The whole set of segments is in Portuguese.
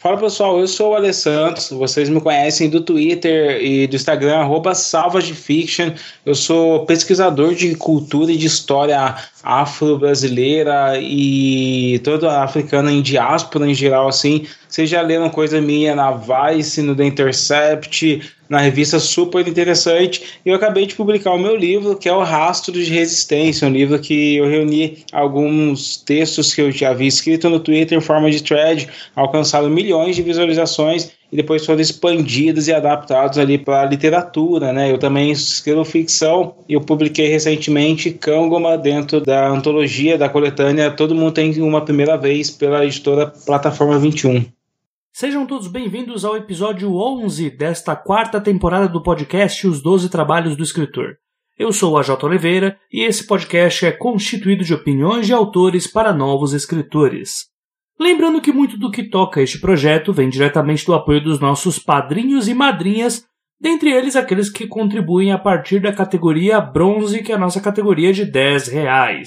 Fala pessoal, eu sou o Ale Santos, vocês me conhecem do Twitter e do Instagram, @salvasdefiction. Eu sou pesquisador de cultura e de história afro-brasileira e toda africana em diáspora em geral, assim. Vocês já leram coisa minha na Vice, no The Intercept, na revista super interessante, e eu acabei de publicar o meu livro, que é o Rastros de Resistência, um livro que eu reuni alguns textos que eu já havia escrito no Twitter em forma de thread, alcançaram milhões de visualizações e depois foram expandidos e adaptados ali para a literatura, né? Eu também escrevo ficção e eu publiquei recentemente Cângoma dentro da antologia, da coletânea Todo Mundo Tem Uma Primeira Vez, pela editora Plataforma 21. Sejam todos bem-vindos ao episódio 11 desta quarta temporada do podcast Os 12 Trabalhos do Escritor. Eu sou o AJ Oliveira e esse podcast é constituído de opiniões de autores para novos escritores. Lembrando que muito do que toca este projeto vem diretamente do apoio dos nossos padrinhos e madrinhas, dentre eles aqueles que contribuem a partir da categoria bronze, que é a nossa categoria de R$10.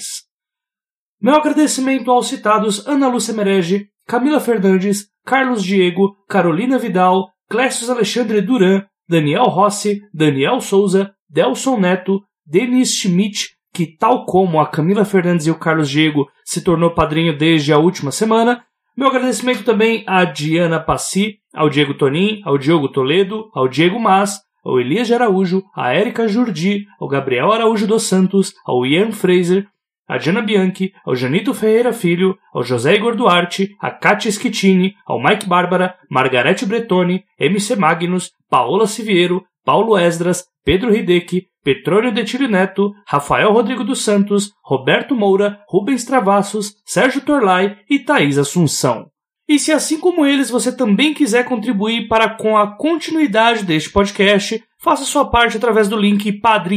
Meu agradecimento aos citados Ana Lúcia Merege, Camila Fernandes, Carlos Diego, Carolina Vidal, Clécius Alexandre Duran, Daniel Rossi, Daniel Souza, Delson Neto, Denis Schmidt, que tal como a Camila Fernandes e o Carlos Diego se tornou padrinho desde a última semana. Meu agradecimento também a Diana Passi, ao Diego Tonin, ao Diogo Toledo, ao Diego Mas, ao Elias de Araújo, a Érica Jurdi, ao Gabriel Araújo dos Santos, ao Ian Fraser, a Diana Bianchi, ao Janito Ferreira Filho, ao José Igor Duarte, a Kátia Schittini, ao Mike Bárbara, Margarete Bretoni, MC Magnus, Paola Siviero, Paulo Esdras, Pedro Hideki, Petrônio Detilio Neto, Rafael Rodrigo dos Santos, Roberto Moura, Rubens Travassos, Sérgio Torlai e Thaís Assunção. E se assim como eles você também quiser contribuir para com a continuidade deste podcast, faça sua parte através do link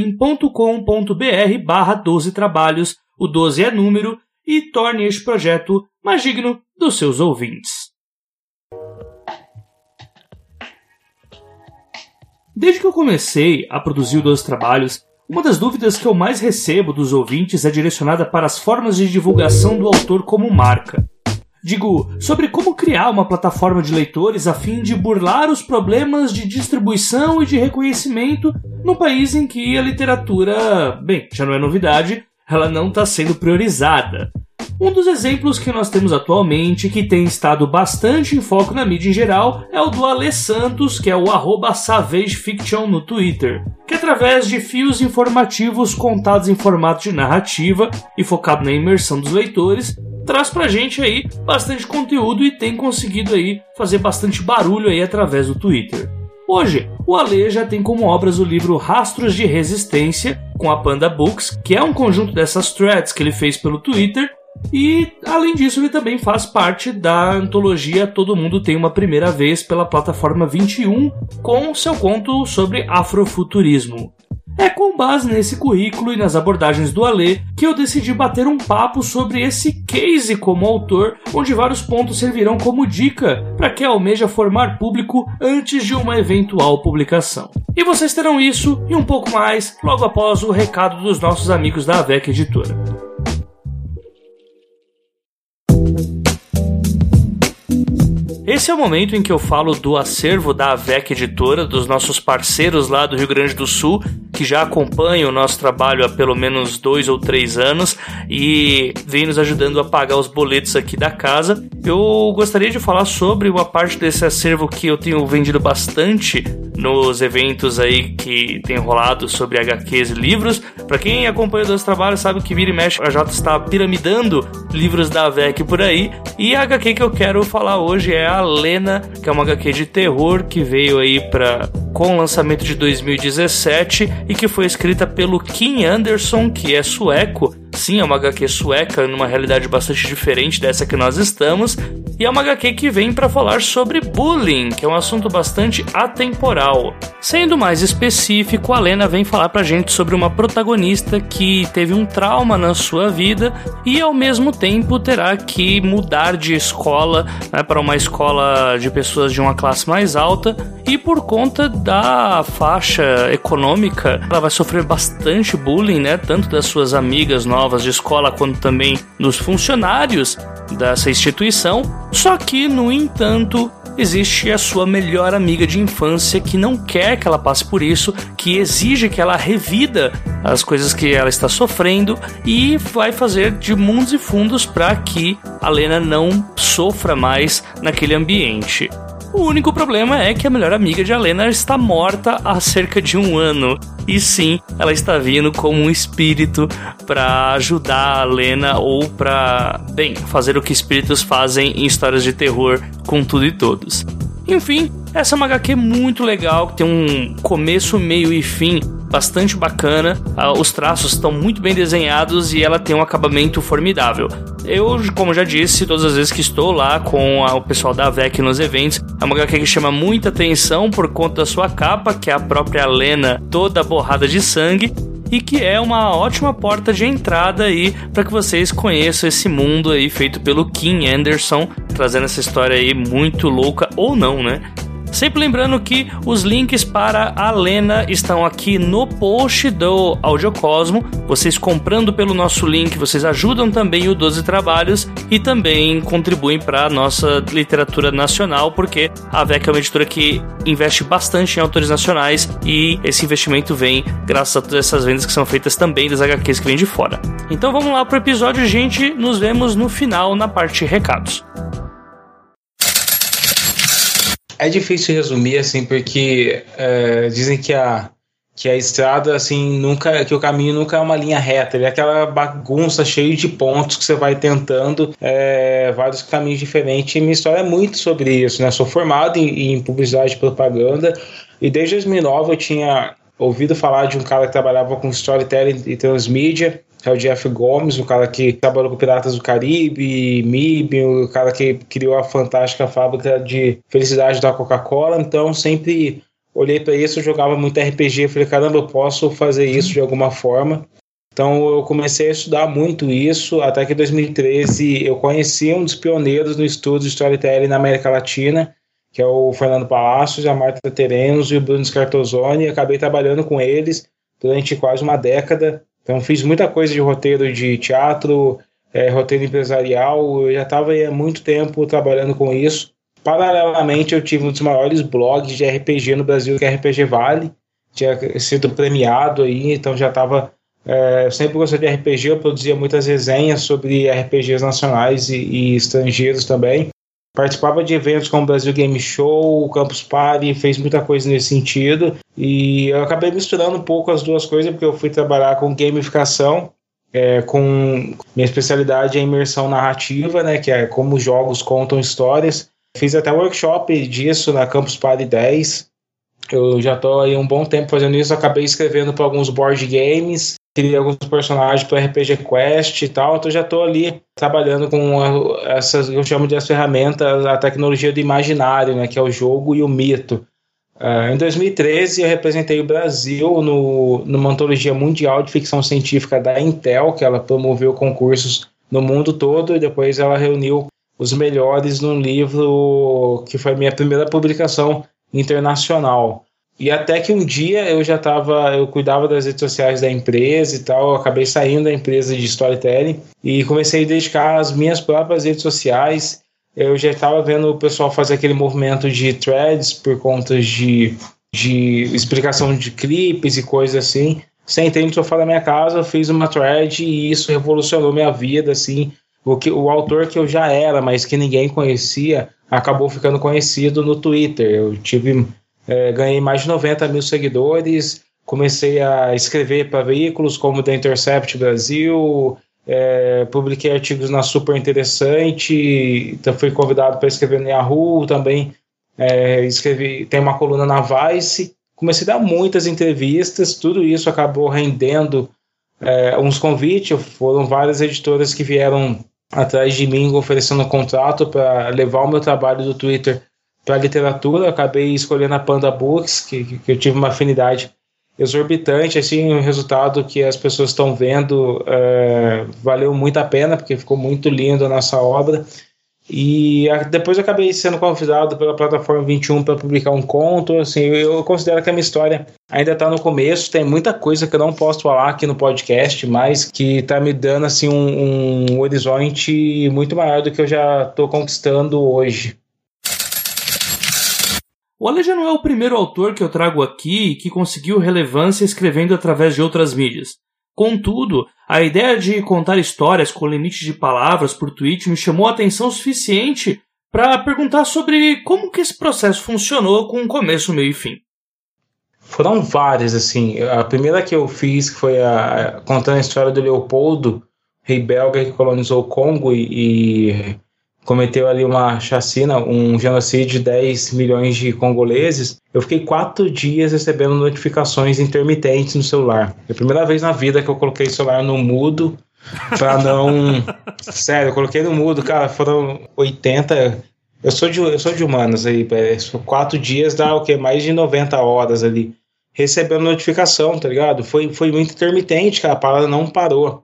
padrim.com.br/12trabalhos, o 12 é número, e torne este projeto mais digno dos seus ouvintes. Desde que eu comecei a produzir o 12 Trabalhos, uma das dúvidas que eu mais recebo dos ouvintes é direcionada para as formas de divulgação do autor como marca. Digo, sobre como criar uma plataforma de leitores a fim de burlar os problemas de distribuição e de reconhecimento num país em que a literatura, bem, já não é novidade, ela não está sendo priorizada. Um dos exemplos que nós temos atualmente, que tem estado bastante em foco na mídia em geral, é o do Ale Santos, que é o @SavageFiction no Twitter, que através de fios informativos contados em formato de narrativa e focado na imersão dos leitores, traz pra gente aí bastante conteúdo e tem conseguido aí fazer bastante barulho aí através do Twitter. Hoje, o Ale já tem como obras o livro Rastros de Resistência, com a Panda Books, que é um conjunto dessas threads que ele fez pelo Twitter, e além disso ele também faz parte da antologia Todo Mundo Tem Uma Primeira Vez pela Plataforma 21, com seu conto sobre afrofuturismo. É com base nesse currículo e nas abordagens do Ale que eu decidi bater um papo sobre esse case como autor, onde vários pontos servirão como dica para quem almeja formar público antes de uma eventual publicação. E vocês terão isso e um pouco mais logo após o recado dos nossos amigos da AVEC Editora. Esse é o momento em que eu falo do acervo da AVEC Editora, dos nossos parceiros lá do Rio Grande do Sul, que já acompanham o nosso trabalho há pelo menos 2 ou 3 anos e vem nos ajudando a pagar os boletos aqui da casa. Eu gostaria de falar sobre uma parte desse acervo que eu tenho vendido bastante nos eventos aí que tem rolado sobre HQs e livros. Para quem acompanha os trabalhos sabe que vira e mexe a Jota está piramidando livros da AVEC por aí, e a HQ que eu quero falar hoje é a Lena, que é uma HQ de terror que veio aí com o lançamento de 2017 e que foi escrita pelo Kim Anderson, que é sueco. Sim, é uma HQ sueca, numa realidade bastante diferente dessa que nós estamos, e é uma HQ que vem para falar sobre bullying, que é um assunto bastante atemporal. Sendo mais específico, a Lena vem falar pra gente sobre uma protagonista que teve um trauma na sua vida e ao mesmo tempo terá que mudar de escola, né, para uma escola de pessoas de uma classe mais alta, e por conta da faixa econômica ela vai sofrer bastante bullying, né, tanto das suas amigas novas de escola quanto também dos funcionários dessa instituição. Só que, no entanto, existe a sua melhor amiga de infância que não quer que ela passe por isso, que exige que ela revida as coisas que ela está sofrendo e vai fazer de mundos e fundos para que a Lena não sofra mais naquele ambiente. O único problema é que a melhor amiga de Alena está morta há cerca de 1 ano. E sim, ela está vindo como um espírito para ajudar a Lena ou para, fazer o que espíritos fazem em histórias de terror com tudo e todos. Enfim, essa é uma HQ muito legal, que tem um começo, meio e fim bastante bacana. Os traços estão muito bem desenhados e ela tem um acabamento formidável. Eu, como já disse, todas as vezes que estou lá com o pessoal da AVEC nos eventos, é uma HQ que chama muita atenção por conta da sua capa, que é a própria Lena toda borrada de sangue, e que é uma ótima porta de entrada aí para que vocês conheçam esse mundo aí feito pelo Kim Anderson, trazendo essa história aí muito louca, ou não, né? Sempre lembrando que os links para a Lena estão aqui no post do Audiocosmo. Vocês comprando pelo nosso link, vocês ajudam também o 12 Trabalhos e também contribuem para a nossa literatura nacional, porque a AVEC é uma editora que investe bastante em autores nacionais e esse investimento vem graças a todas essas vendas que são feitas também das HQs que vêm de fora. Então vamos lá pro episódio, gente. Nos vemos no final, na parte recados. É difícil resumir, assim, porque dizem que a estrada, assim, que o caminho nunca é uma linha reta, ele é aquela bagunça cheia de pontos que você vai tentando vários caminhos diferentes, e minha história é muito sobre isso, né? Sou formado em publicidade e propaganda, e desde 2009 eu tinha ouvido falar de um cara que trabalhava com storytelling e transmídia, que é o Jeff Gomes, o cara que trabalhou com Piratas do Caribe, MIB, o cara que criou a fantástica fábrica de felicidade da Coca-Cola. Então sempre olhei para isso, jogava muito RPG, falei, caramba, eu posso fazer isso de alguma forma. Então eu comecei a estudar muito isso, até que em 2013 eu conheci um dos pioneiros no estudo de storytelling na América Latina, que é o Fernando Palacios, a Marta Terenos e o Bruno Scartozoni, e acabei trabalhando com eles durante quase uma década. Então fiz muita coisa de roteiro de teatro, roteiro empresarial, eu já estava há muito tempo trabalhando com isso. Paralelamente eu tive um dos maiores blogs de RPG no Brasil, que é RPG Vale, tinha sido premiado aí, então já estava... eu sempre gostei de RPG, eu produzia muitas resenhas sobre RPGs nacionais e estrangeiros também. Participava de eventos como o Brasil Game Show, o Campus Party, fez muita coisa nesse sentido. E eu acabei misturando um pouco as duas coisas, porque eu fui trabalhar com gamificação, com minha especialidade é imersão narrativa, né, que é como jogos contam histórias. Fiz até workshop disso na Campus Party 10. Eu já estou aí um bom tempo fazendo isso, acabei escrevendo para alguns board games, criei alguns personagens para RPG Quest e tal, então já estou ali trabalhando com essas, eu chamo de as ferramentas, a tecnologia do imaginário, né, que é o jogo e o mito. Em 2013 eu representei o Brasil numa antologia mundial de ficção científica da Intel, que ela promoveu concursos no mundo todo, e depois ela reuniu os melhores num livro que foi a minha primeira publicação internacional. E até que um dia eu cuidava das redes sociais da empresa e tal, eu acabei saindo da empresa de storytelling e comecei a dedicar as minhas próprias redes sociais. Eu já estava vendo o pessoal fazer aquele movimento de threads por conta de explicação de clipes e coisas assim. Sentei no sofá da minha casa, fiz uma thread e isso revolucionou minha vida, assim. O autor que eu já era, mas que ninguém conhecia, acabou ficando conhecido no Twitter. Eu ganhei mais de 90 mil seguidores, comecei a escrever para veículos como The Intercept Brasil, publiquei artigos na Super Interessante, então fui convidado para escrever no Yahoo, também tem uma coluna na Vice, comecei a dar muitas entrevistas, tudo isso acabou rendendo uns convites, foram várias editoras que vieram atrás de mim oferecendo um contrato para levar o meu trabalho do Twitter para a literatura. Eu acabei escolhendo a Panda Books, que eu tive uma afinidade exorbitante, assim, o resultado que as pessoas estão vendo valeu muito a pena, porque ficou muito lindo a nossa obra. E depois eu acabei sendo convidado pela Plataforma 21 para publicar um conto. Assim, eu considero que a minha história ainda está no começo, tem muita coisa que eu não posso falar aqui no podcast, mas que está me dando assim, um horizonte muito maior do que eu já estou conquistando hoje. O Ale já não é o primeiro autor que eu trago aqui que conseguiu relevância escrevendo através de outras mídias. Contudo, a ideia de contar histórias com limite de palavras por tweet me chamou a atenção suficiente para perguntar sobre como que esse processo funcionou com começo, meio e fim. Foram várias, assim. A primeira que eu fiz, que foi contando a história do Leopoldo, rei belga que colonizou o Congo e cometeu ali uma chacina, um genocídio de 10 milhões de congoleses. Eu fiquei 4 dias recebendo notificações intermitentes no celular. É a primeira vez na vida que eu coloquei o celular no mudo pra não... Sério, eu coloquei no mudo, cara, foram 80... Eu sou de humanas aí, 4 dias dá o quê? Mais de 90 horas ali, recebendo notificação, tá ligado? Foi muito intermitente, cara, a parada não parou.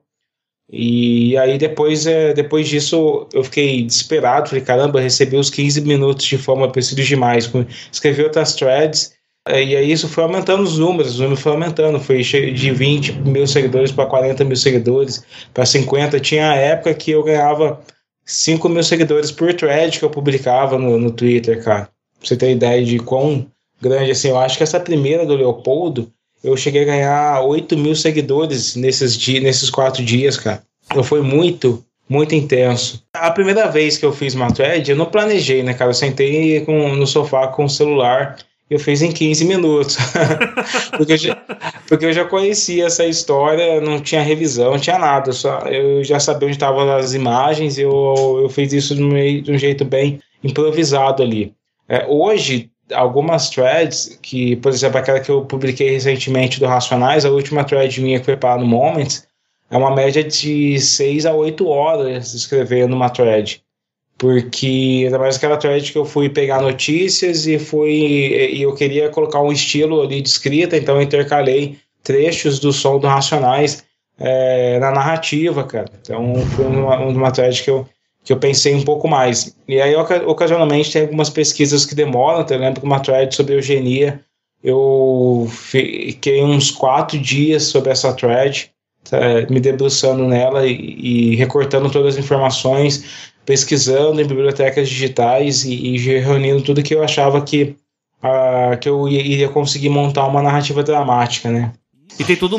E aí depois disso eu fiquei desesperado, falei, caramba, recebi os 15 minutos de fama, preciso demais. Escrevi outras threads, e aí isso foi aumentando os números foi aumentando, foi de 20 mil seguidores para 40 mil seguidores, para 50, tinha a época que eu ganhava 5 mil seguidores por thread que eu publicava no Twitter, cara. Pra você ter ideia de quão grande, assim, eu acho que essa primeira do Leopoldo, eu cheguei a ganhar 8 mil seguidores nesses 4 dias, cara. Então foi muito, muito intenso. A primeira vez que eu fiz uma thread, eu não planejei, né, cara? Eu sentei no sofá com o celular e eu fiz em 15 minutos. porque eu já conhecia essa história, não tinha revisão, não tinha nada. Eu já sabia onde estavam as imagens e eu fiz isso de um jeito bem improvisado ali. Hoje, algumas threads, que, por exemplo, aquela que eu publiquei recentemente do Racionais, a última thread minha que foi para no Moments, é uma média de 6 a 8 horas escrevendo uma thread. Porque, ainda mais aquela thread que eu fui pegar notícias e eu queria colocar um estilo ali de escrita, então eu intercalei trechos do som do Racionais na narrativa, cara. Então foi uma thread que eu pensei um pouco mais. E aí, ocasionalmente, tem algumas pesquisas que demoram. Eu lembro que uma thread sobre eugenia, eu fiquei uns 4 dias sobre essa thread, me debruçando nela e recortando todas as informações, pesquisando em bibliotecas digitais e reunindo tudo que eu achava que eu iria conseguir montar uma narrativa dramática, né? E tem tudo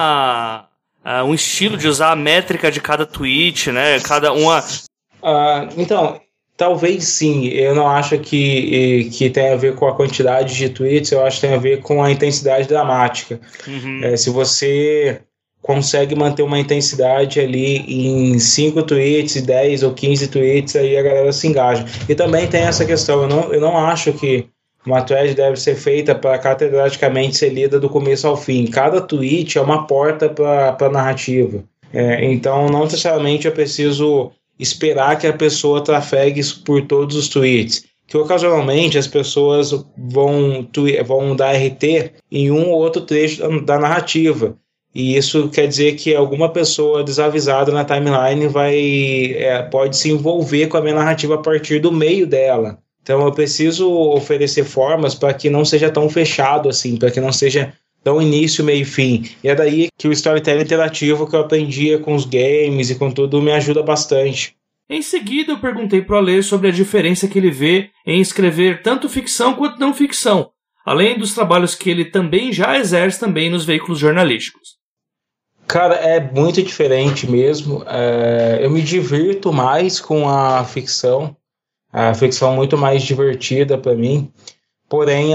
um estilo de usar a métrica de cada tweet, né? Cada uma... Então, talvez sim. Eu não acho que tem a ver com a quantidade de tweets, eu acho que tem a ver com a intensidade dramática. Uhum. Se você consegue manter uma intensidade ali em 5 tweets, 10 ou 15 tweets, aí a galera se engaja. E também tem essa questão, eu não acho que uma thread deve ser feita para categoricamente ser lida do começo ao fim. Cada tweet é uma porta para a narrativa. Então, não necessariamente eu preciso esperar que a pessoa trafegue por todos os tweets, que ocasionalmente as pessoas vão dar RT em um ou outro trecho da narrativa, e isso quer dizer que alguma pessoa desavisada na timeline pode se envolver com a minha narrativa a partir do meio dela. Então eu preciso oferecer formas para que não seja tão fechado assim, para que não seja tão início, meio e fim. E é daí que o storytelling interativo que eu aprendia com os games e com tudo me ajuda bastante. Em seguida, eu perguntei para o Ale sobre a diferença que ele vê em escrever tanto ficção quanto não ficção, além dos trabalhos que ele também já exerce também nos veículos jornalísticos. Cara, é muito diferente mesmo. Eu me divirto mais com a ficção muito mais divertida para mim. Porém,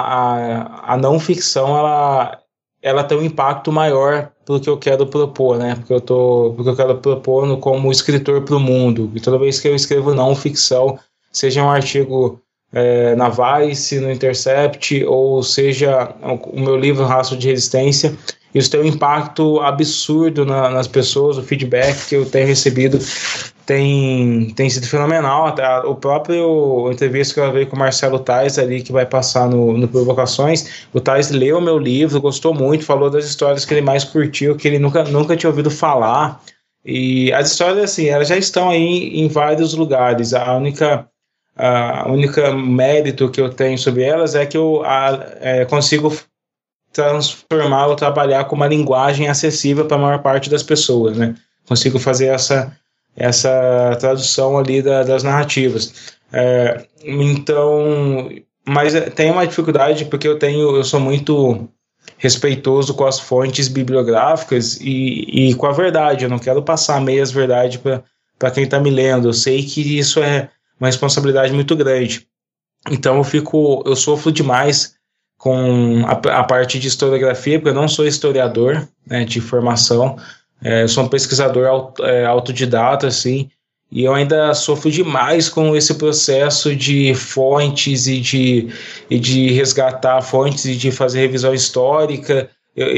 a não ficção ela tem um impacto maior pelo que eu quero propor, né? Porque eu quero propor como escritor para o mundo. E toda vez que eu escrevo não ficção, seja um artigo na Vice, no Intercept, ou seja o meu livro Rastro de Resistência, isso tem um impacto absurdo nas pessoas. O feedback que eu tenho recebido tem sido fenomenal. O próprio entrevista que eu gravei com o Marcelo Tais ali, que vai passar no Provocações, o Tais leu o meu livro, gostou muito, falou das histórias que ele mais curtiu, que ele nunca tinha ouvido falar. E as histórias, assim, elas já estão aí em vários lugares. A única mérito que eu tenho sobre elas é que eu consigo transformar ou trabalhar com uma linguagem acessível para a maior parte das pessoas, né? Consigo fazer essa tradução ali das narrativas. Então, Mas tem uma dificuldade porque eu sou muito respeitoso com as fontes bibliográficas e com a verdade. Eu não quero passar meias verdades para quem está me lendo. Eu sei que isso é uma responsabilidade muito grande. Então eu sofro demais com a parte de historiografia, porque eu não sou historiador, né, de formação. Eu sou um pesquisador autodidata, assim, e eu ainda sofro demais com esse processo de fontes e de resgatar fontes e de fazer revisão histórica.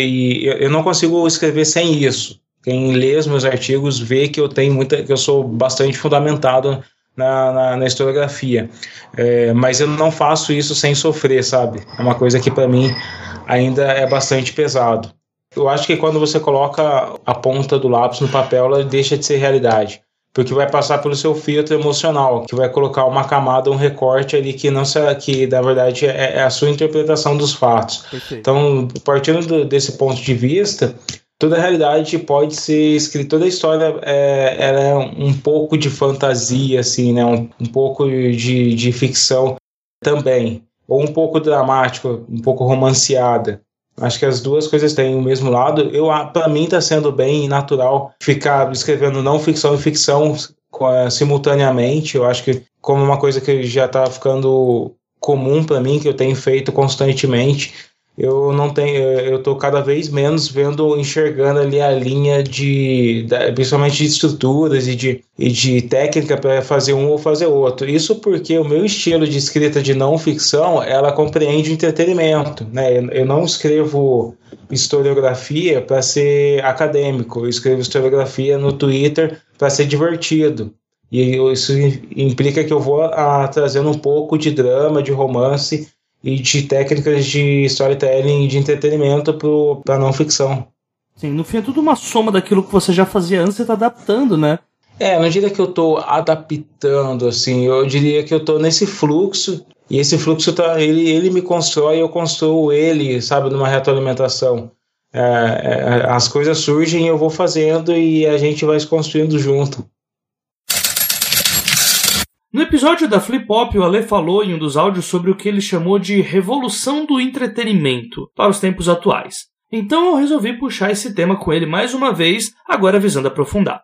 Eu não consigo escrever sem isso. Quem lê os meus artigos vê que que eu sou bastante fundamentado na historiografia. Mas eu não faço isso sem sofrer, sabe? É uma coisa que para mim ainda é bastante pesado. Eu acho que quando você coloca a ponta do lápis no papel, ela deixa de ser realidade, porque vai passar pelo seu filtro emocional, que vai colocar uma camada, um recorte ali que não será, que na verdade é a sua interpretação dos fatos. Perfeito. Então, partindo desse ponto de vista, toda a realidade pode ser escrita, toda a história ela é um pouco de fantasia, assim, né? Um pouco de ficção também, ou um pouco dramático, um pouco romanceada. Acho que as duas coisas têm o mesmo lado. Para mim está sendo bem natural ficar escrevendo não ficção e ficção simultaneamente. Eu acho que como uma coisa que já está ficando comum para mim, que eu tenho feito constantemente, eu estou cada vez menos enxergando ali a linha principalmente de estruturas e de técnica para fazer um ou fazer outro. Isso porque o meu estilo de escrita de não ficção, ela compreende o entretenimento, né? Eu não escrevo historiografia para ser acadêmico, eu escrevo historiografia no Twitter para ser divertido. E isso implica que eu vou trazendo um pouco de drama, de romance e de técnicas de storytelling e de entretenimento para não ficção. Sim, no fim é tudo uma soma daquilo que você já fazia antes, você está adaptando, né? Eu não diria que eu estou adaptando, assim, eu diria que eu estou nesse fluxo, e esse fluxo ele me constrói, eu construo ele, sabe, numa retroalimentação. As coisas surgem, eu vou fazendo e a gente vai se construindo junto. No episódio da Flip Pop, o Ale falou em um dos áudios sobre o que ele chamou de revolução do entretenimento para os tempos atuais. Então eu resolvi puxar esse tema com ele mais uma vez, agora visando aprofundar.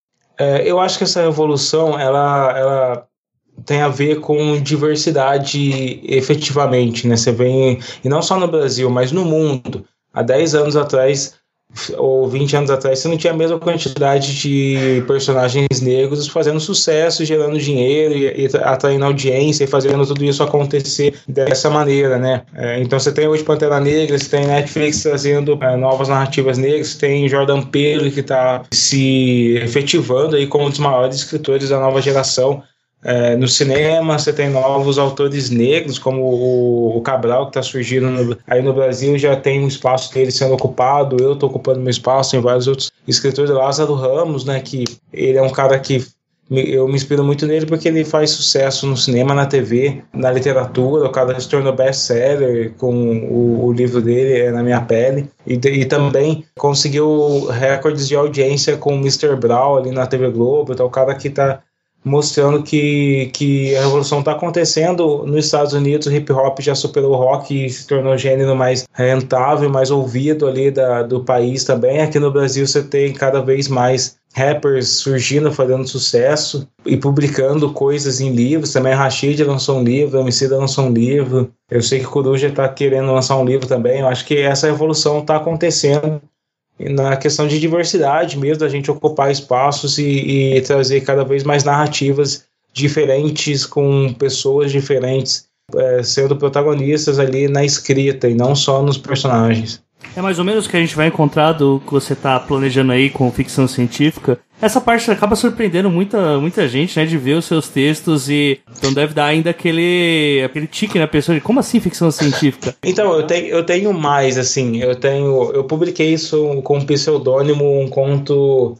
Eu acho que essa revolução ela tem a ver com diversidade efetivamente, né? Você vê, e não só no Brasil, mas no mundo. Há 10 anos atrás, ou 20 anos atrás, você não tinha a mesma quantidade de personagens negros fazendo sucesso, gerando dinheiro e atraindo audiência e fazendo tudo isso acontecer dessa maneira, né? Então você tem hoje Pantera Negra, você tem Netflix trazendo novas narrativas negras, você tem Jordan Peele que está se efetivando aí como um dos maiores escritores da nova geração. No cinema você tem novos autores negros como o Cabral, que está surgindo aí no Brasil, já tem um espaço dele sendo ocupado, eu estou ocupando meu espaço, tem vários outros escritores. Lázaro Ramos, né, que ele é um cara que eu me inspiro muito nele porque ele faz sucesso no cinema, na TV, na literatura. O cara se tornou best-seller com o livro dele, Na Minha Pele, e também conseguiu recordes de audiência com o Mr. Brown ali na TV Globo. Então o cara que está mostrando que a revolução está acontecendo. Nos Estados Unidos o hip hop já superou o rock e se tornou o gênero mais rentável, mais ouvido ali do país também. Aqui no Brasil você tem cada vez mais rappers surgindo, fazendo sucesso e publicando coisas em livros. Também Rashid lançou um livro, Emicida lançou um livro. Eu sei que Coruja está querendo lançar um livro também. Eu acho que essa revolução está acontecendo na questão de diversidade mesmo, da gente ocupar espaços e trazer cada vez mais narrativas diferentes com pessoas diferentes sendo protagonistas ali na escrita e não só nos personagens. É mais ou menos o que a gente vai encontrar do que você está planejando aí com ficção científica. Essa parte acaba surpreendendo muita gente, né, de ver os seus textos, e então deve dar ainda aquele tique na pessoa de como assim ficção científica? Então, eu tenho mais, assim, eu publiquei isso com um pseudônimo, um conto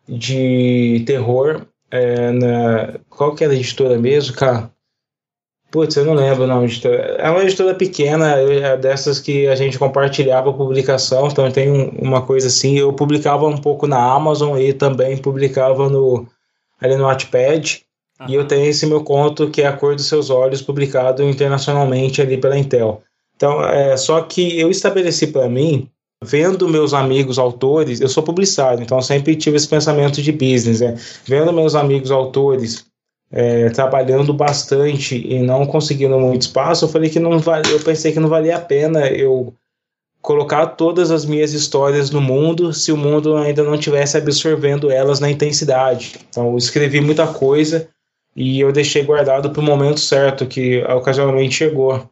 de terror, qual que era a editora mesmo, cara? Putz, eu não lembro o nome de editora. É uma editora pequena, dessas que a gente compartilhava a publicação, então tem uma coisa assim. Eu publicava um pouco na Amazon e também publicava ali no Wattpad. E eu tenho esse meu conto, que é A Cor dos Seus Olhos, publicado internacionalmente ali pela Intel. Então, só que eu estabeleci para mim, vendo meus amigos autores, eu sou publicitário, então eu sempre tive esse pensamento de business, vendo meus amigos autores trabalhando bastante e não conseguindo muito espaço, eu pensei que não valia a pena eu colocar todas as minhas histórias no mundo se o mundo ainda não estivesse absorvendo elas na intensidade. Então eu escrevi muita coisa e eu deixei guardado para o momento certo, que ocasionalmente chegou.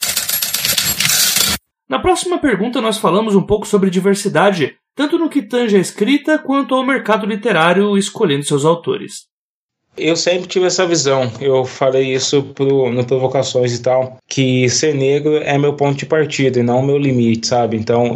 Na próxima pergunta nós falamos um pouco sobre diversidade, tanto no que tange a escrita quanto ao mercado literário escolhendo seus autores. Eu sempre tive essa visão, eu falei isso no Provocações e tal, que ser negro é meu ponto de partida e não meu limite, sabe? Então,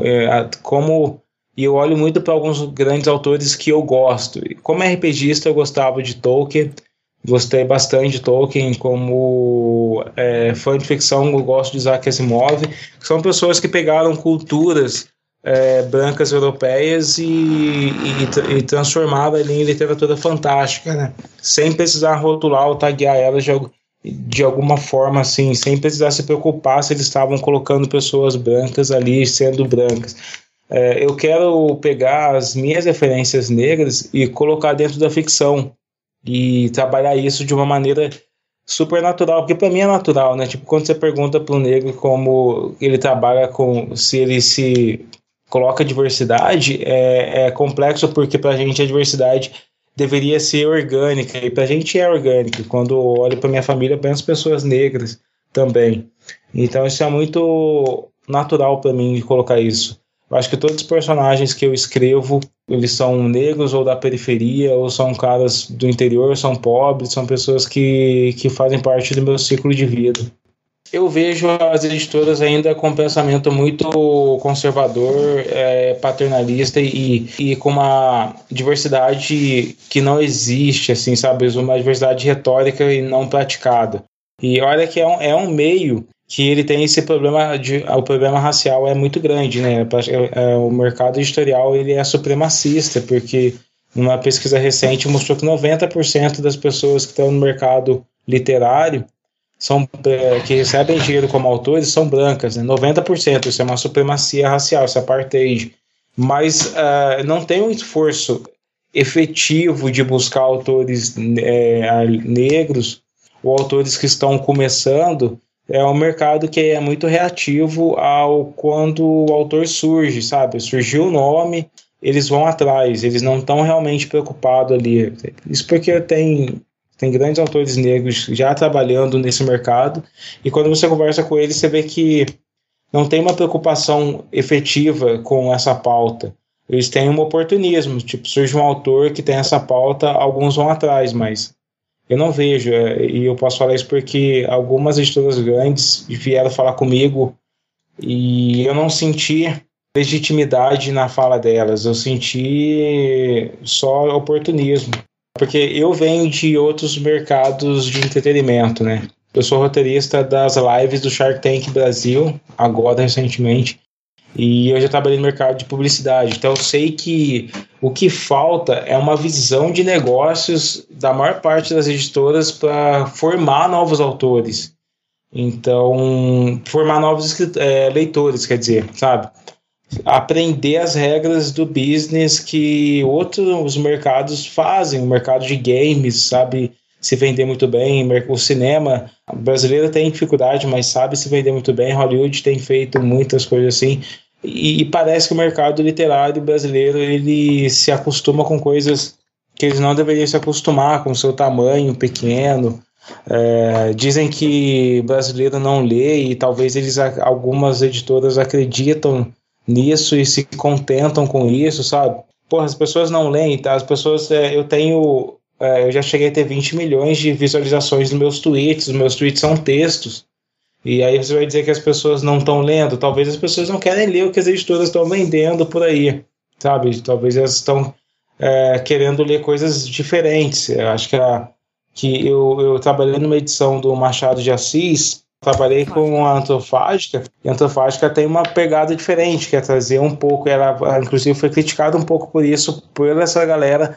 e eu olho muito para alguns grandes autores que eu gosto. Como RPGista, eu gostava de Tolkien, gostei bastante de Tolkien. Como fã de ficção, eu gosto de Isaac Asimov, que são pessoas que pegaram culturas brancas europeias e transformaram ali em literatura fantástica, né? Sem precisar rotular ou taguear elas de alguma forma, assim, sem precisar se preocupar se eles estavam colocando pessoas brancas ali sendo brancas. Eu quero pegar as minhas referências negras e colocar dentro da ficção e trabalhar isso de uma maneira super natural, porque para mim é natural, né? Tipo, quando você pergunta para o negro como ele trabalha se ele se coloca diversidade, é complexo, porque pra gente a diversidade deveria ser orgânica, e pra gente é orgânica. Quando eu olho pra minha família, eu penso pessoas negras também. Então isso é muito natural pra mim de colocar isso. Eu acho que todos os personagens que eu escrevo, eles são negros ou da periferia, ou são caras do interior, são pobres, são pessoas que fazem parte do meu ciclo de vida. Eu vejo as editoras ainda com um pensamento muito conservador, paternalista e com uma diversidade que não existe, assim, sabe? Uma diversidade retórica e não praticada. E olha que é um meio que ele tem esse problema, o problema racial é muito grande, né? O mercado editorial ele é supremacista, porque uma pesquisa recente mostrou que 90% das pessoas que estão no mercado literário que recebem dinheiro como autores são brancas, né? 90%, isso é uma supremacia racial, isso é apartheid. Mas não tem um esforço efetivo de buscar autores negros ou autores que estão começando. É um mercado que é muito reativo quando o autor surge, sabe? Surgiu o nome, eles vão atrás, eles não estão realmente preocupados ali. Isso porque tem grandes autores negros já trabalhando nesse mercado, e quando você conversa com eles, você vê que não tem uma preocupação efetiva com essa pauta. Eles têm um oportunismo, tipo, surge um autor que tem essa pauta, alguns vão atrás, mas eu não vejo, e eu posso falar isso porque algumas editoras grandes vieram falar comigo e eu não senti legitimidade na fala delas, eu senti só oportunismo. Porque eu venho de outros mercados de entretenimento, né? Eu sou roteirista das lives do Shark Tank Brasil, agora recentemente, e eu já trabalhei no mercado de publicidade. Então eu sei que o que falta é uma visão de negócios da maior parte das editoras para formar novos autores. Então, formar novos leitores, quer dizer, sabe? Aprender as regras do business que outros mercados fazem, o mercado de games sabe se vender muito bem, o cinema brasileiro tem dificuldade, mas sabe se vender muito bem, Hollywood tem feito muitas coisas assim, e parece que o mercado literário brasileiro ele se acostuma com coisas que eles não deveriam se acostumar, com seu tamanho pequeno. Dizem que brasileiro não lê, e talvez algumas editoras acreditam nisso e se contentam com isso, sabe? Porra, as pessoas não leem, tá? As pessoas, eu já cheguei a ter 20 milhões de visualizações nos meus tweets, os meus tweets são textos, e aí você vai dizer que as pessoas não estão lendo, talvez as pessoas não querem ler o que as editoras estão vendendo por aí, sabe? Talvez elas estão querendo ler coisas diferentes. Eu acho que eu trabalhei numa edição do Machado de Assis, trabalhei com a Antofágica, e a Antofágica tem uma pegada diferente, que é trazer um pouco, ela inclusive foi criticada um pouco por isso, por essa galera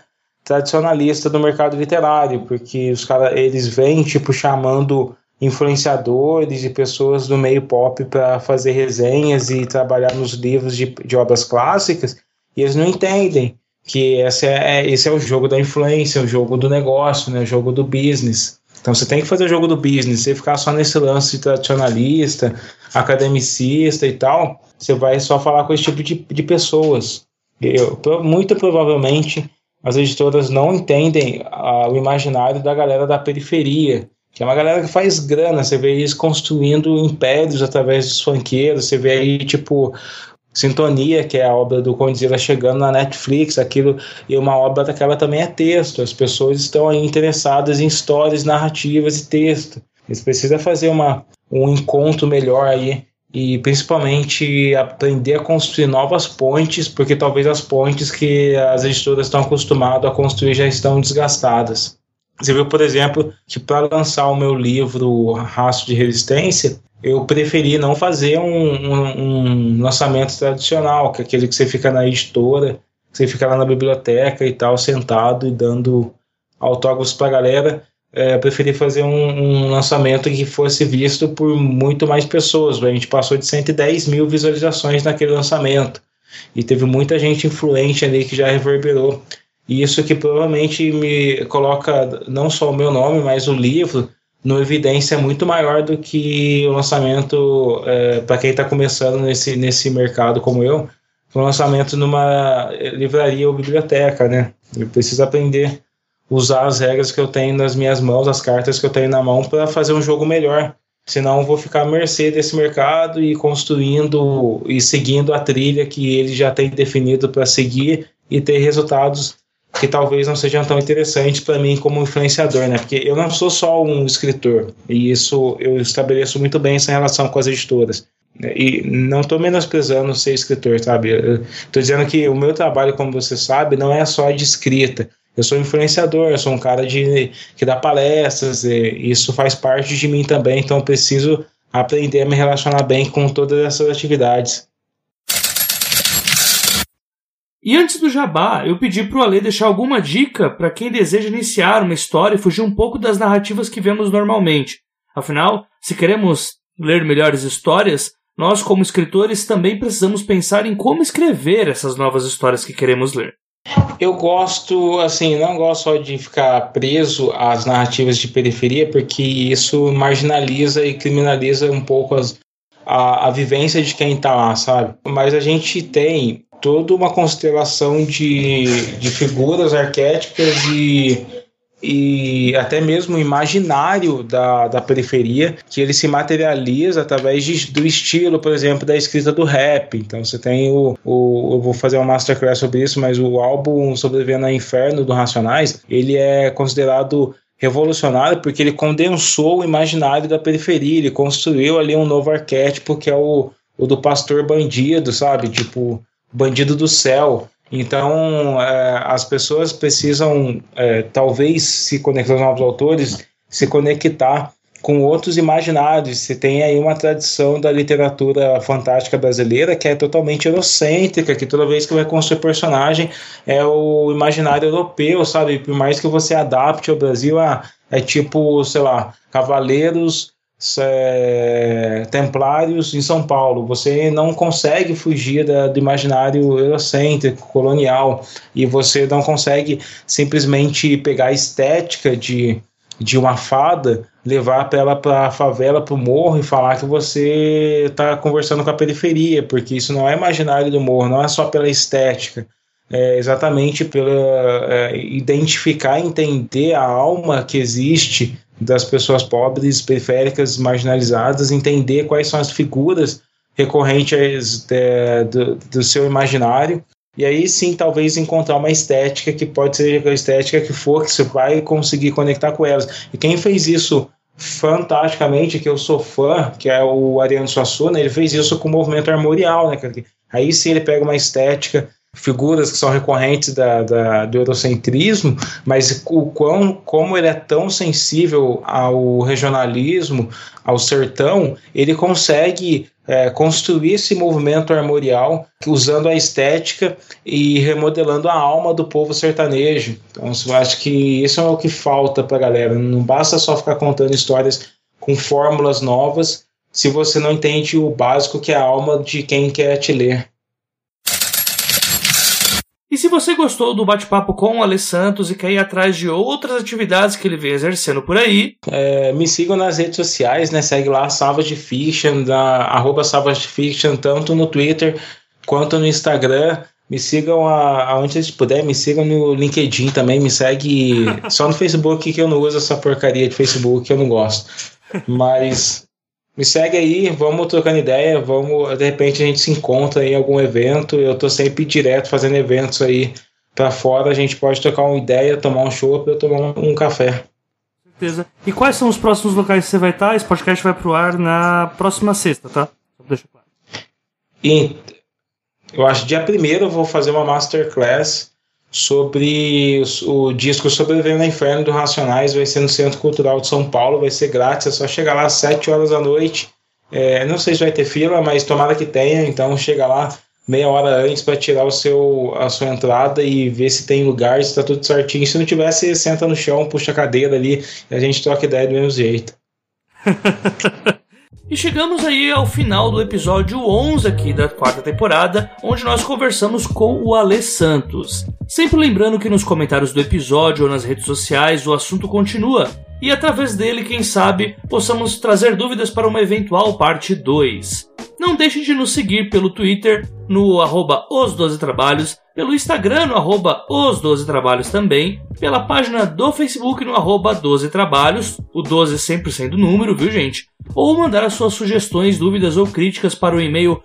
tradicionalista do mercado literário, porque os caras, eles vêm, tipo, chamando influenciadores e pessoas do meio pop para fazer resenhas e trabalhar nos livros de obras clássicas, e eles não entendem que esse é o jogo da influência, o jogo do negócio, né, o jogo do business. Então você tem que fazer o jogo do business. Se ficar só nesse lance de tradicionalista, academicista e tal, você vai só falar com esse tipo de pessoas. Muito provavelmente as editoras não entendem o imaginário da galera da periferia, que é uma galera que faz grana. Você vê eles construindo impérios através dos funkeiros. Você vê aí, tipo, Sintonia, que é a obra do Condzilla chegando na Netflix, aquilo, e uma obra daquela também é texto. As pessoas estão aí interessadas em histórias, narrativas e texto. Eles precisam fazer um encontro melhor aí e principalmente aprender a construir novas pontes, porque talvez as pontes que as editoras estão acostumadas a construir já estão desgastadas. Você viu, por exemplo, que para lançar o meu livro Rastro de Resistência, eu preferi não fazer um lançamento tradicional, que é aquele que você fica na editora, você fica lá na biblioteca e tal, sentado e dando autógrafos para a galera. Preferi fazer um lançamento que fosse visto por muito mais pessoas. A gente passou de 110 mil visualizações naquele lançamento, e teve muita gente influente ali que já reverberou. E isso que provavelmente me coloca não só o meu nome, mas o livro numa evidência muito maior do que o lançamento, para quem está começando nesse mercado como eu, um lançamento numa livraria ou biblioteca, né? Eu preciso aprender a usar as regras que eu tenho nas minhas mãos, as cartas que eu tenho na mão, para fazer um jogo melhor. Senão eu vou ficar à mercê desse mercado e construindo e seguindo a trilha que ele já tem definido para seguir e ter resultados que talvez não sejam tão interessantes para mim como influenciador, né? Porque eu não sou só um escritor, e isso eu estabeleço muito bem essa relação com as editoras. E não estou menosprezando ser escritor, sabe? Estou dizendo que o meu trabalho, como você sabe, não é só de escrita. Eu sou influenciador, eu sou um cara que dá palestras, e isso faz parte de mim também, então eu preciso aprender a me relacionar bem com todas essas atividades. E antes do jabá, eu pedi para o Ale deixar alguma dica para quem deseja iniciar uma história e fugir um pouco das narrativas que vemos normalmente. Afinal, se queremos ler melhores histórias, nós como escritores também precisamos pensar em como escrever essas novas histórias que queremos ler. Eu gosto, assim, não gosto só de ficar preso às narrativas de periferia, porque isso marginaliza e criminaliza um pouco a vivência de quem está lá, sabe? Mas a gente tem toda uma constelação de figuras arquétipas e até mesmo o imaginário da periferia, que ele se materializa através do estilo, por exemplo, da escrita do rap. Então você tem eu vou fazer uma masterclass sobre isso, mas o álbum Sobrevivendo ao Inferno do Racionais, ele é considerado revolucionário porque ele condensou o imaginário da periferia, ele construiu ali um novo arquétipo que é o do pastor bandido, sabe? Tipo, bandido do céu. Então, as pessoas precisam, talvez, se conectar aos novos autores, se conectar com outros imaginários. Você tem aí uma tradição da literatura fantástica brasileira que é totalmente eurocêntrica, que toda vez que vai construir personagem é o imaginário europeu, sabe? Por mais que você adapte ao Brasil, é tipo, sei lá, Cavaleiros Templários em São Paulo. Você não consegue fugir do imaginário eurocêntrico, colonial, e você não consegue simplesmente pegar a estética de uma fada, levar ela para a favela, para o morro e falar que você está conversando com a periferia, porque isso não é imaginário do morro, não é só pela estética, é exatamente pela identificar e entender a alma que existe das pessoas pobres, periféricas, marginalizadas, entender quais são as figuras recorrentes do seu imaginário, e aí sim talvez encontrar uma estética que pode ser a estética que for, que você vai conseguir conectar com elas. E quem fez isso fantasticamente, que eu sou fã, que é o Ariano Suassuna, ele fez isso com o movimento armorial, né? Aí sim ele pega uma estética figuras que são recorrentes do eurocentrismo, mas como ele é tão sensível ao regionalismo, ao sertão, ele consegue construir esse movimento armorial usando a estética e remodelando a alma do povo sertanejo. Então eu acho que isso é o que falta para a galera. Não basta só ficar contando histórias com fórmulas novas se você não entende o básico, que é a alma de quem quer te ler. E se você gostou do bate-papo com o Ale Santos e quer ir atrás de outras atividades que ele vem exercendo por aí, me sigam nas redes sociais, né? Segue lá Savage Fiction, @Savage Fiction, tanto no Twitter quanto no Instagram. Me sigam aonde vocês puderem, me sigam no LinkedIn também, me segue só no Facebook, que eu não uso essa porcaria de Facebook, que eu não gosto. Mas me segue aí, vamos trocando ideia, de repente a gente se encontra em algum evento. Eu tô sempre direto fazendo eventos aí pra fora, a gente pode trocar uma ideia, tomar um chopp, eu tomar um café. Certeza. E quais são os próximos locais que você vai estar? Esse podcast vai pro ar na próxima sexta, tá? Só deixa claro. E eu acho que dia 1º eu vou fazer uma masterclass sobre o disco Sobrevivendo ao Inferno do Racionais. Vai ser no Centro Cultural de São Paulo, vai ser grátis, é só chegar lá às 7 horas da noite. Não sei se vai ter fila, mas tomara que tenha, então chega lá meia hora antes para tirar a sua entrada e ver se tem lugar, se está tudo certinho. Se não tiver, você senta no chão, puxa a cadeira ali e a gente troca ideia do mesmo jeito. E chegamos aí ao final do episódio 11 aqui da 4ª temporada, onde nós conversamos com o Ale Santos. Sempre lembrando que nos comentários do episódio ou nas redes sociais o assunto continua, e através dele, quem sabe, possamos trazer dúvidas para uma eventual parte 2. Não deixe de nos seguir pelo Twitter, no @os12trabalhos, pelo Instagram, no @os12trabalhos também, pela página do Facebook, no @12trabalhos, o 12 sempre sendo número, viu gente? Ou mandar as suas sugestões, dúvidas ou críticas para o e-mail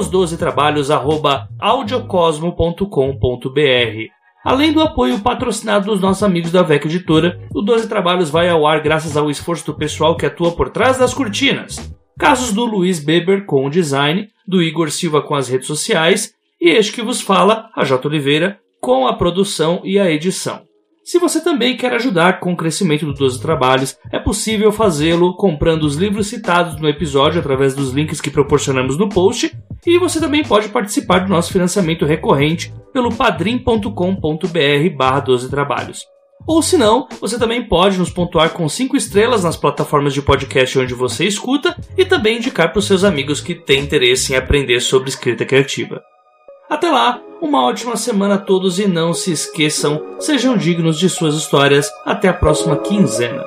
os12trabalhos@audiocosmo.com.br. Além do apoio patrocinado dos nossos amigos da VEC Editora, o 12 Trabalhos vai ao ar graças ao esforço do pessoal que atua por trás das cortinas. Casos do Luiz Beber com o design, do Igor Silva com as redes sociais e este que vos fala, a J. Oliveira, com a produção e a edição. Se você também quer ajudar com o crescimento do 12 Trabalhos, é possível fazê-lo comprando os livros citados no episódio através dos links que proporcionamos no post, e você também pode participar do nosso financiamento recorrente pelo padrim.com.br/12 Trabalhos. Ou se não, você também pode nos pontuar com 5 estrelas nas plataformas de podcast onde você escuta e também indicar para os seus amigos que têm interesse em aprender sobre escrita criativa. Até lá, uma ótima semana a todos e não se esqueçam, sejam dignos de suas histórias. Até a próxima quinzena.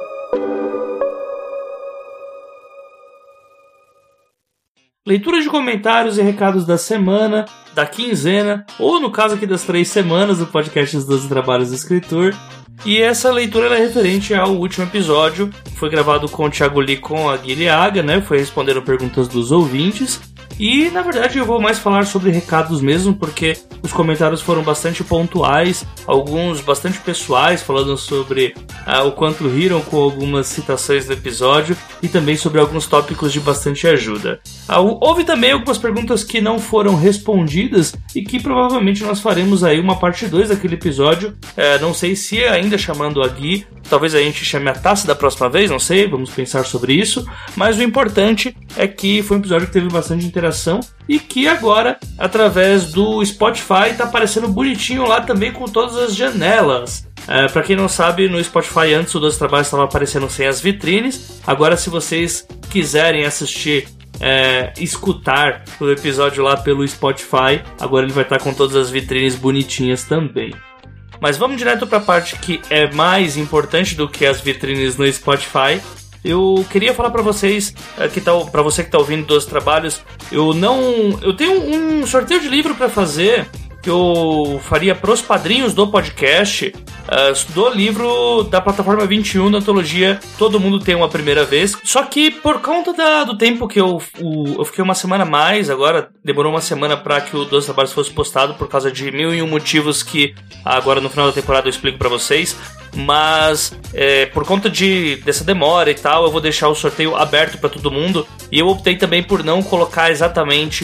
Leitura de comentários e recados da semana, da quinzena, ou no caso aqui das 3 semanas do podcast Os 12 Trabalhos do Escritor. E essa leitura é referente ao último episódio, que foi gravado com o Thiago Lee com a Guilherme, né? Foi respondendo perguntas dos ouvintes. E, na verdade, eu vou mais falar sobre recados mesmo, porque os comentários foram bastante pontuais, alguns bastante pessoais, falando sobre o quanto riram com algumas citações do episódio e também sobre alguns tópicos de bastante ajuda. Houve também algumas perguntas que não foram respondidas e que provavelmente nós faremos aí uma parte 2 daquele episódio. Não sei se ainda chamando a Gui, talvez a gente chame a Tassi da próxima vez, não sei, vamos pensar sobre isso. Mas o importante é que foi um episódio que teve bastante interação e que agora, através do Spotify, tá aparecendo bonitinho lá também com todas as janelas. Pra quem não sabe, no Spotify antes o 12 Trabalhos estava aparecendo sem as vitrines. Agora, se vocês quiserem assistir, escutar o episódio lá pelo Spotify, agora ele vai estar com todas as vitrines bonitinhas também. Mas vamos direto para a parte que é mais importante do que as vitrines no Spotify. Eu queria falar para vocês, para você que tá ouvindo 12 Trabalhos, eu tenho um sorteio de livro para fazer que eu faria pros padrinhos do podcast, do livro da plataforma 21 da antologia Todo Mundo Tem Uma Primeira Vez. Só que por conta do tempo que eu fiquei uma semana a mais, agora demorou uma semana para que o 12 Trabalhos fosse postado por causa de 1001 motivos que agora no final da temporada eu explico para vocês. Mas por conta dessa demora e tal, eu vou deixar o sorteio aberto para todo mundo. E eu optei também por não colocar exatamente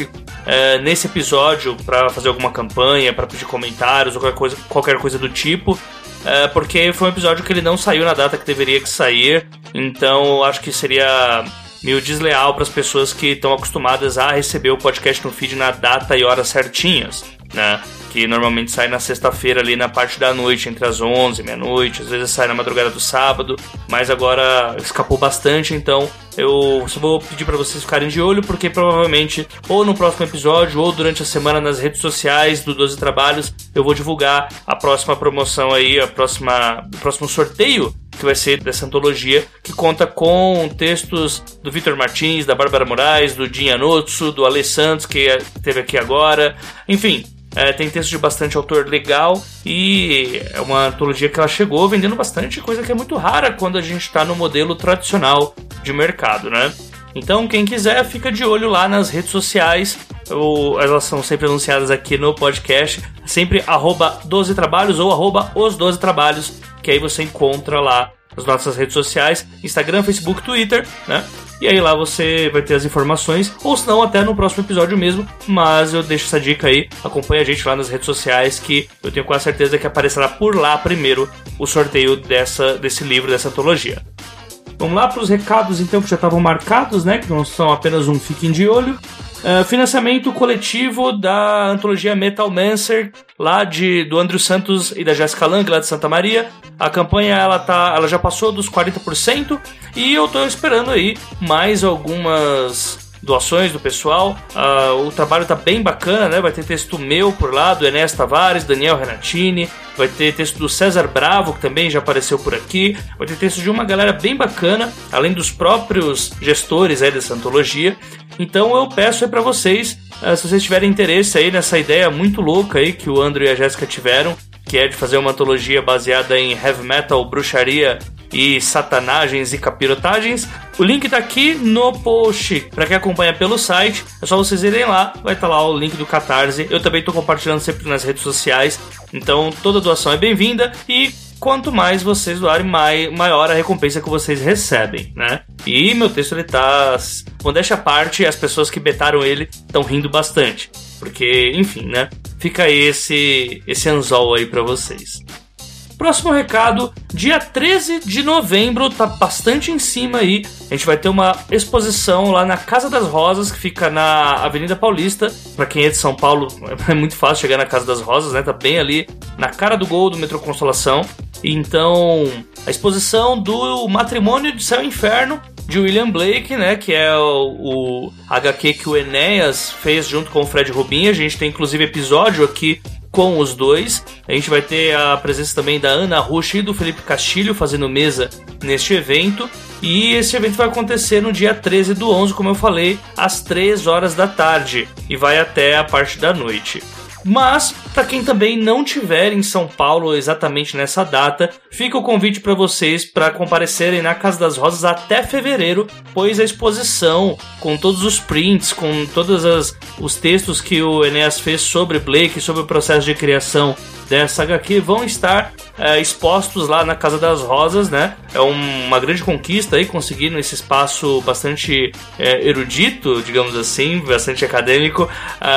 nesse episódio para fazer alguma campanha, para pedir comentários ou qualquer coisa do tipo, porque foi um episódio que ele não saiu na data que deveria que sair, então acho que seria meio desleal para as pessoas que estão acostumadas a receber o podcast no feed na data e horas certinhas, né? Que normalmente sai na sexta-feira ali na parte da noite, entre as 11 e meia-noite, às vezes sai na madrugada do sábado, mas agora escapou bastante, então eu só vou pedir para vocês ficarem de olho, porque provavelmente ou no próximo episódio ou durante a semana nas redes sociais do 12 Trabalhos eu vou divulgar a próxima promoção aí, o próximo sorteio que vai ser dessa antologia, que conta com textos do Vitor Martins, da Bárbara Moraes, do Jin Anotsu, do Ale Santos, que esteve aqui agora, enfim. Tem texto de bastante autor legal e é uma antologia que ela chegou vendendo bastante coisa que é muito rara quando a gente está no modelo tradicional de mercado, né? Então quem quiser fica de olho lá nas redes sociais, elas são sempre anunciadas aqui no podcast, sempre @12trabalhos ou @os12trabalhos, que aí você encontra lá nas nossas redes sociais, Instagram, Facebook, Twitter, né? E aí lá você vai ter as informações, ou se não até no próximo episódio mesmo, mas eu deixo essa dica aí, acompanha a gente lá nas redes sociais, que eu tenho quase certeza que aparecerá por lá primeiro o sorteio desse livro, dessa antologia. Vamos lá para os recados então que já estavam marcados, né? Que não são apenas um fiquem de olho. Financiamento coletivo da antologia Metal Mancer, lá do Andrew Santos e da Jéssica Lang, lá de Santa Maria. A campanha ela já passou dos 40% e eu tô esperando aí mais algumas doações do pessoal. O trabalho tá bem bacana, né? Vai ter texto meu por lá, do Enéas Tavares, Daniel Renatini, vai ter texto do César Bravo, que também já apareceu por aqui, vai ter texto de uma galera bem bacana, além dos próprios gestores aí dessa antologia. Então eu peço aí pra vocês, se vocês tiverem interesse aí nessa ideia muito louca aí que o Andrew e a Jéssica tiveram, que é de fazer uma antologia baseada em heavy metal, bruxaria e satanagens e capirotagens, o link tá aqui no post. Para quem acompanha pelo site, é só vocês irem lá, vai estar lá o link do Catarse. Eu também tô compartilhando sempre nas redes sociais, então toda doação é bem-vinda e quanto mais vocês doarem, maior a recompensa que vocês recebem, né? E meu texto, ele tá... modéstia à parte, as pessoas que betaram ele estão rindo bastante, porque, enfim, né? Fica aí esse anzol aí pra vocês. Próximo recado, dia 13 de novembro, tá bastante em cima aí. A gente vai ter uma exposição lá na Casa das Rosas, que fica na Avenida Paulista. Pra quem é de São Paulo, é muito fácil chegar na Casa das Rosas, né? Tá bem ali na cara do gol do metrô Consolação. Então, a exposição do Matrimônio de Céu e Inferno, de William Blake, né? Que é o HQ que o Enéas fez junto com o Fred Rubin. A gente tem inclusive episódio aqui com os dois. A gente vai ter a presença também da Ana Rush e do Felipe Castilho fazendo mesa neste evento. E esse evento vai acontecer no dia 13/11, como eu falei, às 3 horas da tarde. E vai até a parte da noite. Mas, para quem também não tiver em São Paulo exatamente nessa data, fica o convite para vocês para comparecerem na Casa das Rosas até fevereiro, pois a exposição, com todos os prints, com todos os textos que o Enéas fez sobre Blake, sobre o processo de criação dessa HQ, vão estar expostos lá na Casa das Rosas, né? É uma grande conquista aí, conseguir nesse espaço bastante erudito, digamos assim, bastante acadêmico,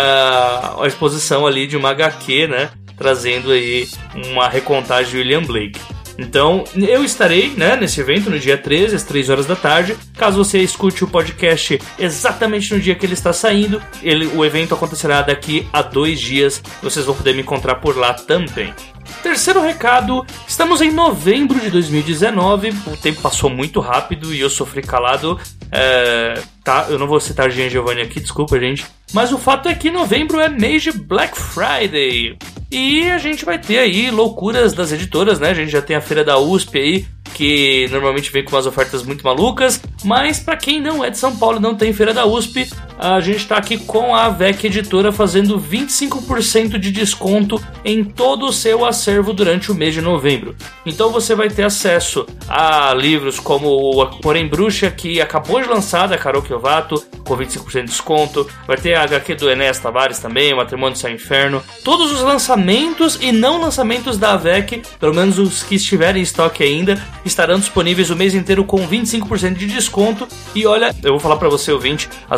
a exposição ali de uma HQ, né? Trazendo aí uma recontagem de William Blake. Então, eu estarei, né, nesse evento no dia 13, às 3 horas da tarde. Caso você escute o podcast exatamente no dia que ele está saindo, o evento acontecerá daqui a 2 dias. Vocês vão poder me encontrar por lá também. Terceiro recado, estamos em novembro de 2019, o tempo passou muito rápido e eu sofri calado. Eu não vou citar Jean Giovanni aqui, desculpa, gente. Mas o fato é que novembro é mês de Black Friday. E a gente vai ter aí loucuras das editoras, né? A gente já tem a feira da USP aí, que normalmente vem com umas ofertas muito malucas. Mas para quem não é de São Paulo e não tem feira da USP, a gente está aqui com a AVEC Editora fazendo 25% de desconto em todo o seu acervo durante o mês de novembro. Então você vai ter acesso a livros como o Porém Bruxa, que acabou de lançar, da Carol Kiovato, com 25% de desconto. Vai ter a HQ do Enéas Tavares também, o Matrimônio do Céu e Inferno. Todos os lançamentos e não lançamentos da AVEC, pelo menos os que estiverem em estoque ainda, estarão disponíveis o mês inteiro com 25% de desconto. E olha, eu vou falar para você, ouvinte, as últimas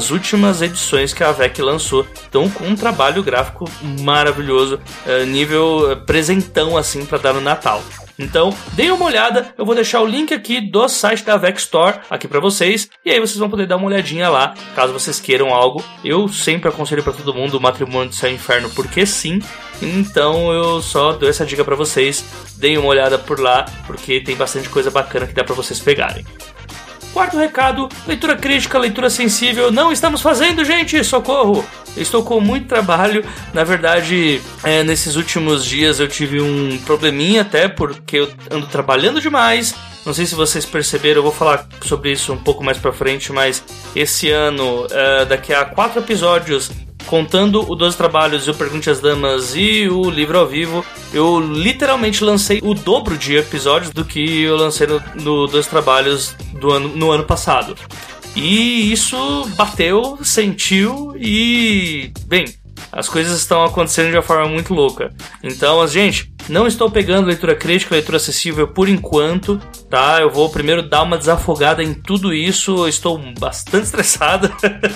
últimas edições que a AVEC lançou. Então, com um trabalho gráfico maravilhoso, nível presentão assim para dar no Natal. Então, deem uma olhada, eu vou deixar o link aqui do site da AVEC Store aqui pra vocês, e aí vocês vão poder dar uma olhadinha lá, caso vocês queiram algo. Eu sempre aconselho pra todo mundo o Matrimônio do Céu e Inferno, porque sim, então eu só dou essa dica pra vocês, deem uma olhada por lá, porque tem bastante coisa bacana que dá pra vocês pegarem. Quarto recado, leitura crítica, leitura sensível, não estamos fazendo, gente, socorro! Eu estou com muito trabalho, na verdade, nesses últimos dias eu tive um probleminha até, porque eu ando trabalhando demais, não sei se vocês perceberam, eu vou falar sobre isso um pouco mais pra frente, mas esse ano, daqui a 4 episódios, contando o 12 Trabalhos e o Pergunte às Damas e o Livro ao Vivo, eu literalmente lancei o dobro de episódios do que eu lancei no 12 Trabalhos no ano passado. E isso bateu, sentiu e, bem, as coisas estão acontecendo de uma forma muito louca. Então, gente, não estou pegando leitura crítica, leitura acessível por enquanto, tá? Eu vou primeiro dar uma desafogada em tudo isso, eu estou bastante estressado.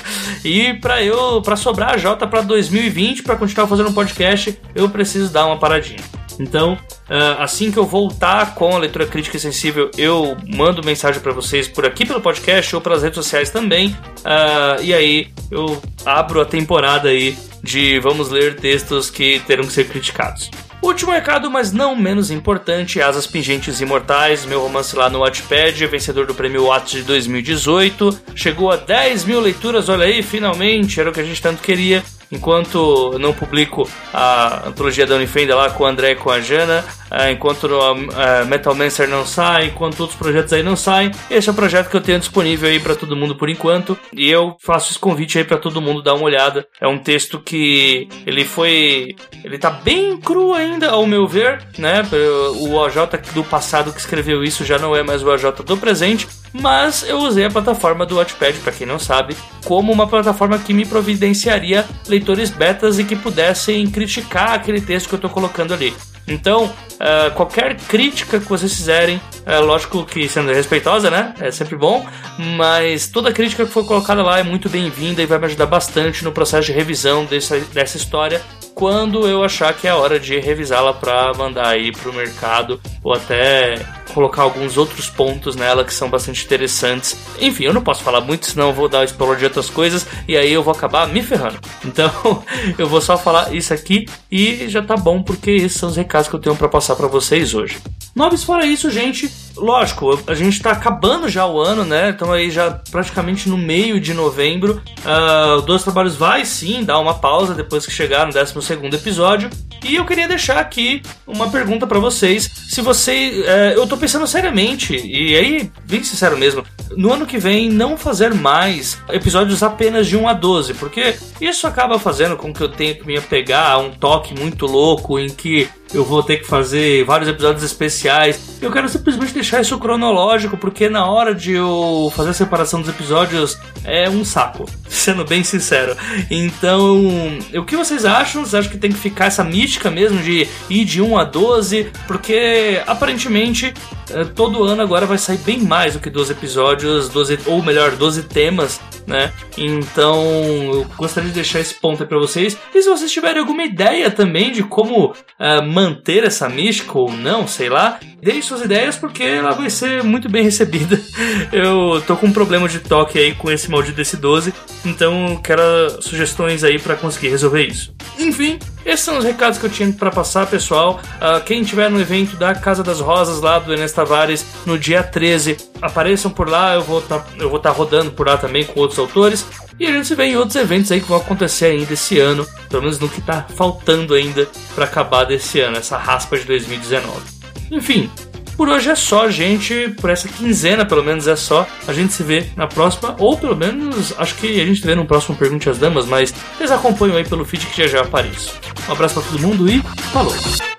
E pra sobrar a Jota pra 2020, pra continuar fazendo um podcast, eu preciso dar uma paradinha. Então, assim que eu voltar com a leitura crítica e sensível, eu mando mensagem pra vocês por aqui pelo podcast ou pelas redes sociais também. E aí eu abro a temporada aí de vamos ler textos que terão que ser criticados. Último recado, mas não menos importante, Asas Pingentes Imortais, meu romance lá no Wattpad, vencedor do prêmio Wattpad de 2018, chegou a 10 mil leituras, olha aí, finalmente, era o que a gente tanto queria. Enquanto eu não publico a antologia da Unifenda lá com o André e com a Jana, enquanto Metal Mancer não sai, enquanto outros projetos aí não saem, esse é o projeto que eu tenho disponível aí pra todo mundo por enquanto, e eu faço esse convite aí pra todo mundo dar uma olhada. É um texto que ele tá bem cru ainda, ao meu ver, né? O OJ do passado que escreveu isso já não é mais o OJ do presente, mas eu usei a plataforma do Wattpad, pra quem não sabe, como uma plataforma que me providenciaria leitores betas e que pudessem criticar aquele texto que eu tô colocando ali. Então, qualquer crítica que vocês fizerem, lógico que sendo respeitosa, né? É sempre bom, mas toda crítica que for colocada lá é muito bem-vinda e vai me ajudar bastante no processo de revisão dessa história, quando eu achar que é a hora de revisá-la para mandar aí pro mercado, ou até colocar alguns outros pontos nela que são bastante interessantes. Enfim, eu não posso falar muito, senão eu vou dar spoiler de outras coisas e aí eu vou acabar me ferrando. Então, eu vou só falar isso aqui e já tá bom, porque esses são os recados que eu tenho para passar para vocês hoje. Mas fora isso, gente, lógico, a gente tá acabando já o ano, né? Estamos aí já praticamente no meio de novembro. O 12 Trabalhos vai sim dar uma pausa depois que chegar no 12º episódio. E eu queria deixar aqui uma pergunta pra vocês. Se você... eu tô pensando seriamente, e aí, bem sincero mesmo, no ano que vem não fazer mais episódios apenas de 1 a 12, porque isso acaba fazendo com que eu tenha que me apegar a um toque muito louco em que eu vou ter que fazer vários episódios especiais. Eu quero simplesmente deixar isso cronológico, porque na hora de eu fazer a separação dos episódios é um saco, sendo bem sincero. Então, o que vocês acham? Vocês acham que tem que ficar essa mística mesmo de ir de 1 a 12? Porque, aparentemente, todo ano agora vai sair bem mais do que 12 episódios, 12 temas, né? Então, eu gostaria de deixar esse ponto aí pra vocês. E se vocês tiverem alguma ideia também de como manter essa mística ou não, sei lá, deixe suas ideias, porque ela vai ser muito bem recebida. Eu tô com um problema de toque aí com esse maldito desse 12, então quero sugestões aí pra conseguir resolver isso. Enfim, esses são os recados que eu tinha pra passar, pessoal. Quem estiver no evento da Casa das Rosas lá do Enes Tavares no dia 13, apareçam por lá, eu vou tá rodando por lá também com outros autores. E a gente se vê em outros eventos aí que vão acontecer ainda esse ano, pelo menos no que tá faltando ainda pra acabar desse ano, essa raspa de 2019. Enfim, por hoje é só, gente. Por essa quinzena, pelo menos, é só. A gente se vê na próxima, ou pelo menos, acho que a gente se vê no próximo Pergunte às Damas, mas vocês acompanham aí pelo feed que já apareço. Um abraço pra todo mundo e falou!